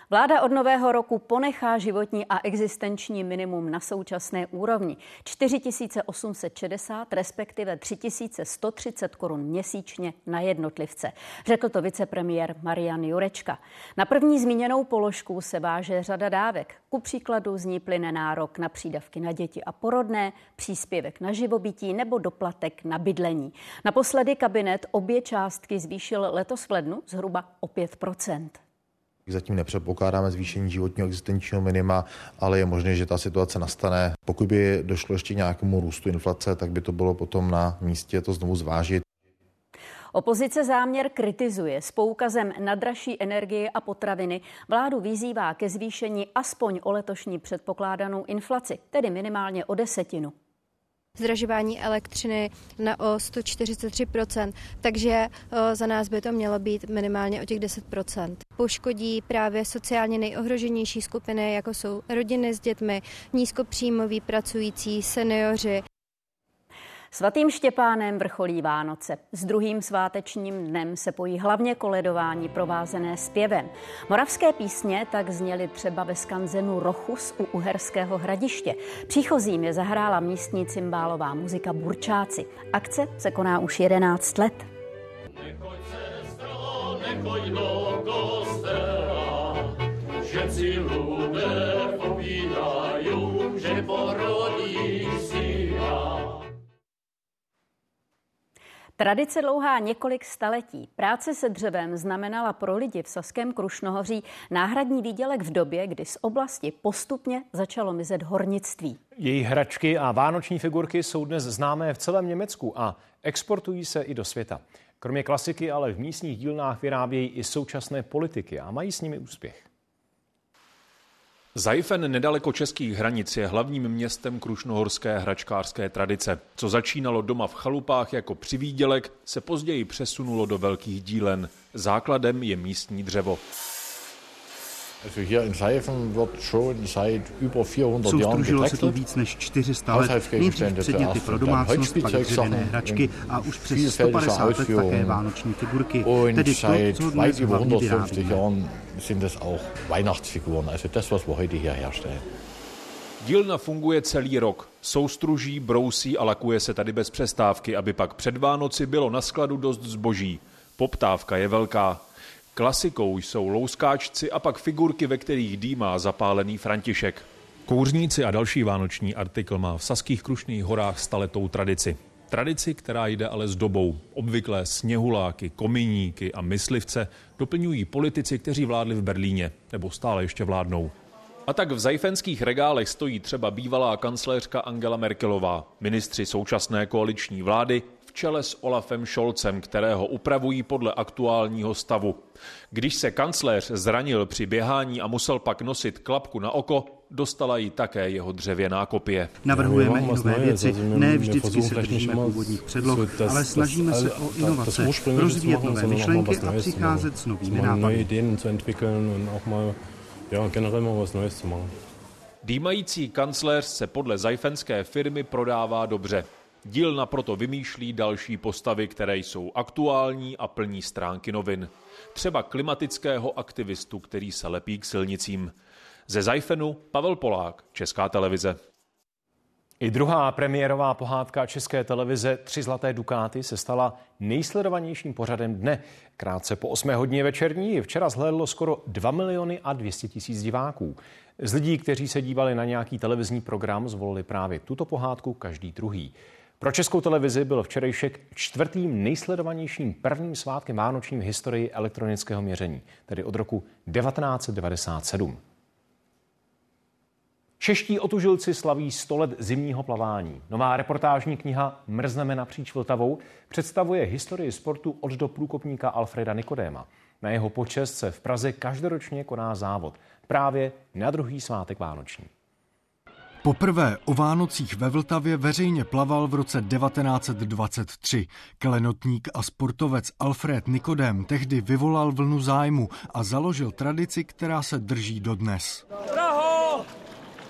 Vláda od nového roku ponechá životní a existenční minimum na současné úrovni čtyři tisíce osm set šedesát, respektive tři tisíce sto třicet korun měsíčně na jednotlivce. Řekl to vicepremiér Marian Jurečka. Na první zmíněnou položku se váže řada dávek. Ku příkladu z ní plyne nárok na přídavky na děti a porodné, příspěvek na živobytí nebo doplatek na bydlení. Naposledy kabinet obě částky zvýšil letos v lednu zhruba o pět procent. Zatím nepředpokládáme zvýšení životního existenčního minima, ale je možné, že ta situace nastane. Pokud by došlo ještě k nějakému růstu inflace, tak by to bylo potom na místě to znovu zvážit. Opozice záměr kritizuje. S poukazem na dražší energie a potraviny vládu vyzývá ke zvýšení aspoň o letošní předpokládanou inflaci, tedy minimálně o desetinu. Zdražování elektřiny na o sto čtyřicet tři procent, takže za nás by to mělo být minimálně o těch deset procent. Poškodí právě sociálně nejohroženější skupiny, jako jsou rodiny s dětmi, nízkopříjmoví pracující, seniori. Svatým Štěpánem vrcholí Vánoce. S druhým svátečním dnem se pojí hlavně koledování provázené zpěvem. Moravské písně tak zněly třeba ve skanzenu Rochus u Uherského Hradiště. Příchozím je zahrála místní cymbálová muzika Burčáci. Akce se koná už jedenáct let. Nechoď sestro, nechoď do kostela, že si lidé povídají, že porodí syna. Tradice dlouhá několik staletí. Práce se dřevem znamenala pro lidi v Saském Krušnohoří náhradní výdělek v době, kdy z oblasti postupně začalo mizet hornictví. Jejich hračky a vánoční figurky jsou dnes známé v celém Německu a exportují se i do světa. Kromě klasiky ale v místních dílnách vyrábějí i současné politiky a mají s nimi úspěch. Seifen nedaleko českých hranic je hlavním městem krušnohorské hračkářské tradice. Co začínalo doma v chalupách jako přivídělek, se později přesunulo do velkých dílen. Základem je místní dřevo. Soustružilo se tu víc než čtyři sta let. Nejdřív předměty pro domácnost, pak dřevěné hračky a už přes sto padesát let také vánoční figurky. Tedy to, co dnes hlavně vyrábíme. Dílna funguje celý rok. Soustruží, brousí a lakuje se tady bez přestávky, aby pak před Vánoci bylo na skladu dost zboží. Poptávka je velká. Klasikou jsou louskáčci a pak figurky, ve kterých dýmá zapálený František. Kouřníci a další vánoční artikl má v Saských Krušných horách staletou tradici. Tradici, která jde ale s dobou. Obvyklé sněhuláky, kominíky a myslivce doplňují politici, kteří vládli v Berlíně, nebo stále ještě vládnou. A tak v seifenských regálech stojí třeba bývalá kancléřka Angela Merkelová, ministři současné koaliční vlády, v čele s Olafem Scholzem, kterého upravují podle aktuálního stavu. Když se kancléř zranil při běhání a musel pak nosit klapku na oko, dostala ji také jeho dřevěná kopie. Navrhujeme i nové věci, ne vždycky se držíme původních předloh, ale snažíme se o inovace, rozvíjet nové myšlenky a přicházet s novými nápady. Dýmající kancléř se podle seifenské firmy prodává dobře. Dílna proto vymýšlí další postavy, které jsou aktuální a plní stránky novin. Třeba klimatického aktivistu, který se lepí k silnicím. Ze Seifenu Pavel Polák, Česká televize. I druhá premiérová pohádka České televize Tři zlaté dukáty se stala nejsledovanějším pořadem dne. Krátce po osmé hodině večerní včera zhlédlo skoro dva miliony a dvě stě tisíc diváků. Z lidí, kteří se dívali na nějaký televizní program, zvolili právě tuto pohádku každý druhý. Pro Českou televizi byl včerejšek čtvrtým nejsledovanějším prvním svátkem vánočním v historii elektronického měření, tedy od roku devatenáct set devadesát sedm. Čeští otužilci slaví sto let zimního plavání. Nová reportážní kniha Mrzneme napříč Vltavou představuje historii sportu od do průkopníka Alfreda Nikodéma. Na jeho počest se v Praze každoročně koná závod, právě na druhý svátek vánoční. Poprvé o Vánocích ve Vltavě veřejně plaval v roce devatenáct set dvacet tři. Klenotník a sportovec Alfred Nikodém tehdy vyvolal vlnu zájmu a založil tradici, která se drží dodnes. Praho!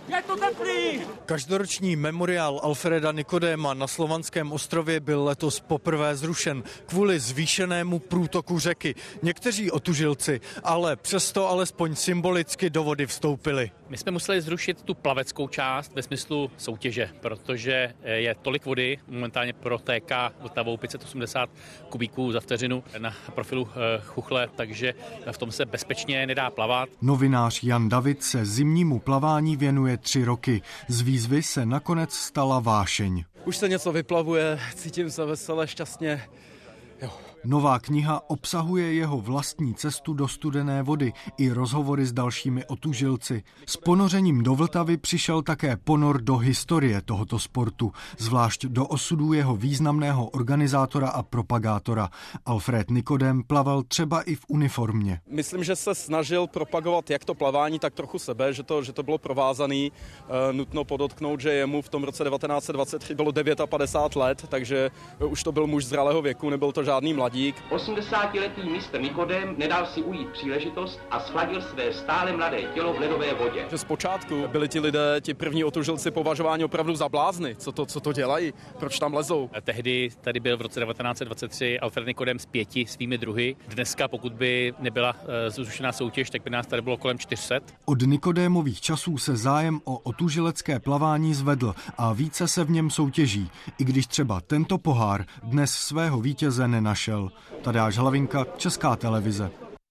Je to teplý! Každoroční memoriál Alfreda Nikodéma na Slovanském ostrově byl letos poprvé zrušen kvůli zvýšenému průtoku řeky. Někteří otužilci ale přesto alespoň symbolicky do vody vstoupili. My jsme museli zrušit tu plaveckou část ve smyslu soutěže, protože je tolik vody, momentálně protéká Vltavou pět set osmdesát kubíků za vteřinu na profilu Chuchle, takže v tom se bezpečně nedá plavat. Novinář Jan David se zimnímu plavání věnuje tři roky. Z výzvy se nakonec stala vášeň. Už se něco vyplavuje, cítím se veselé, šťastně. Jo. Nová kniha obsahuje jeho vlastní cestu do studené vody i rozhovory s dalšími otužilci. S ponořením do Vltavy přišel také ponor do historie tohoto sportu, zvlášť do osudů jeho významného organizátora a propagátora. Alfred Nikodém plaval třeba i v uniformě. Myslím, že se snažil propagovat jak to plavání, tak trochu sebe, že to, že to bylo provázaný. E, nutno podotknout, že jemu v tom roce devatenáct set dvacet tři bylo padesát devět let, takže už to byl muž zralého věku, nebyl to žádný mladík. osmdesátiletý mistr Nikodém nedal si ujít příležitost a schladil své stále mladé tělo v ledové vodě. Že zpočátku byli ti lidé, ti první otužilci považováni opravdu za blázny. Co to, co to dělají? Proč tam lezou? Tehdy tady byl v roce devatenáct set dvacet tři Alfred Nikodém s pěti svými druhy. Dneska, pokud by nebyla zrušená soutěž, tak by nás tady bylo kolem čtyři sta. Od Nikodémových časů se zájem o otužilecké plavání zvedl a více se v něm soutěží, i když třeba tento pohár dnes svého vítěze nenašel. Tadeáš Hlavinka, Česká televize.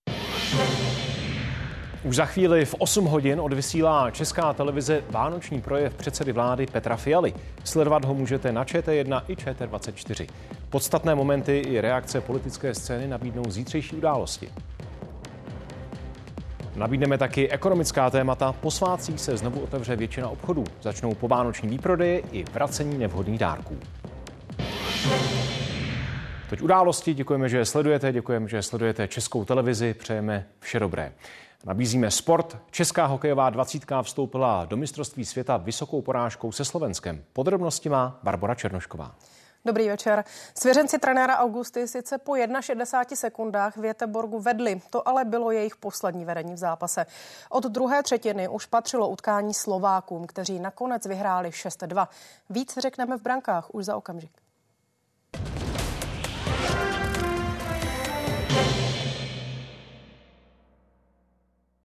Už za chvíli v osm hodin odvysílá Česká televize vánoční projev předsedy vlády Petra Fialy. Sledovat ho můžete na Č T jedna i Č T dvacet čtyři. Podstatné momenty i reakce politické scény nabídnou zítřejší události. Nabídneme taky ekonomická témata. Po svátcích se znovu otevře většina obchodů. Začnou povánoční výprodeje i vracení nevhodných dárků. Teď události, děkujeme, že je sledujete, děkujeme, že sledujete Českou televizi, přejeme vše dobré. Nabízíme sport. Česká hokejová dvacítka vstoupila do mistrovství světa vysokou porážkou se Slovenskem. Podrobnosti má Barbora Černošková. Dobrý večer. Svěřenci trenéra Augusty sice po šedesáti jedna sekundách v Göteborgu vedli, to ale bylo jejich poslední vedení v zápase. Od druhé třetiny už patřilo utkání Slovákům, kteří nakonec vyhráli šest dva. Víc řekneme v brankách už za okamžik.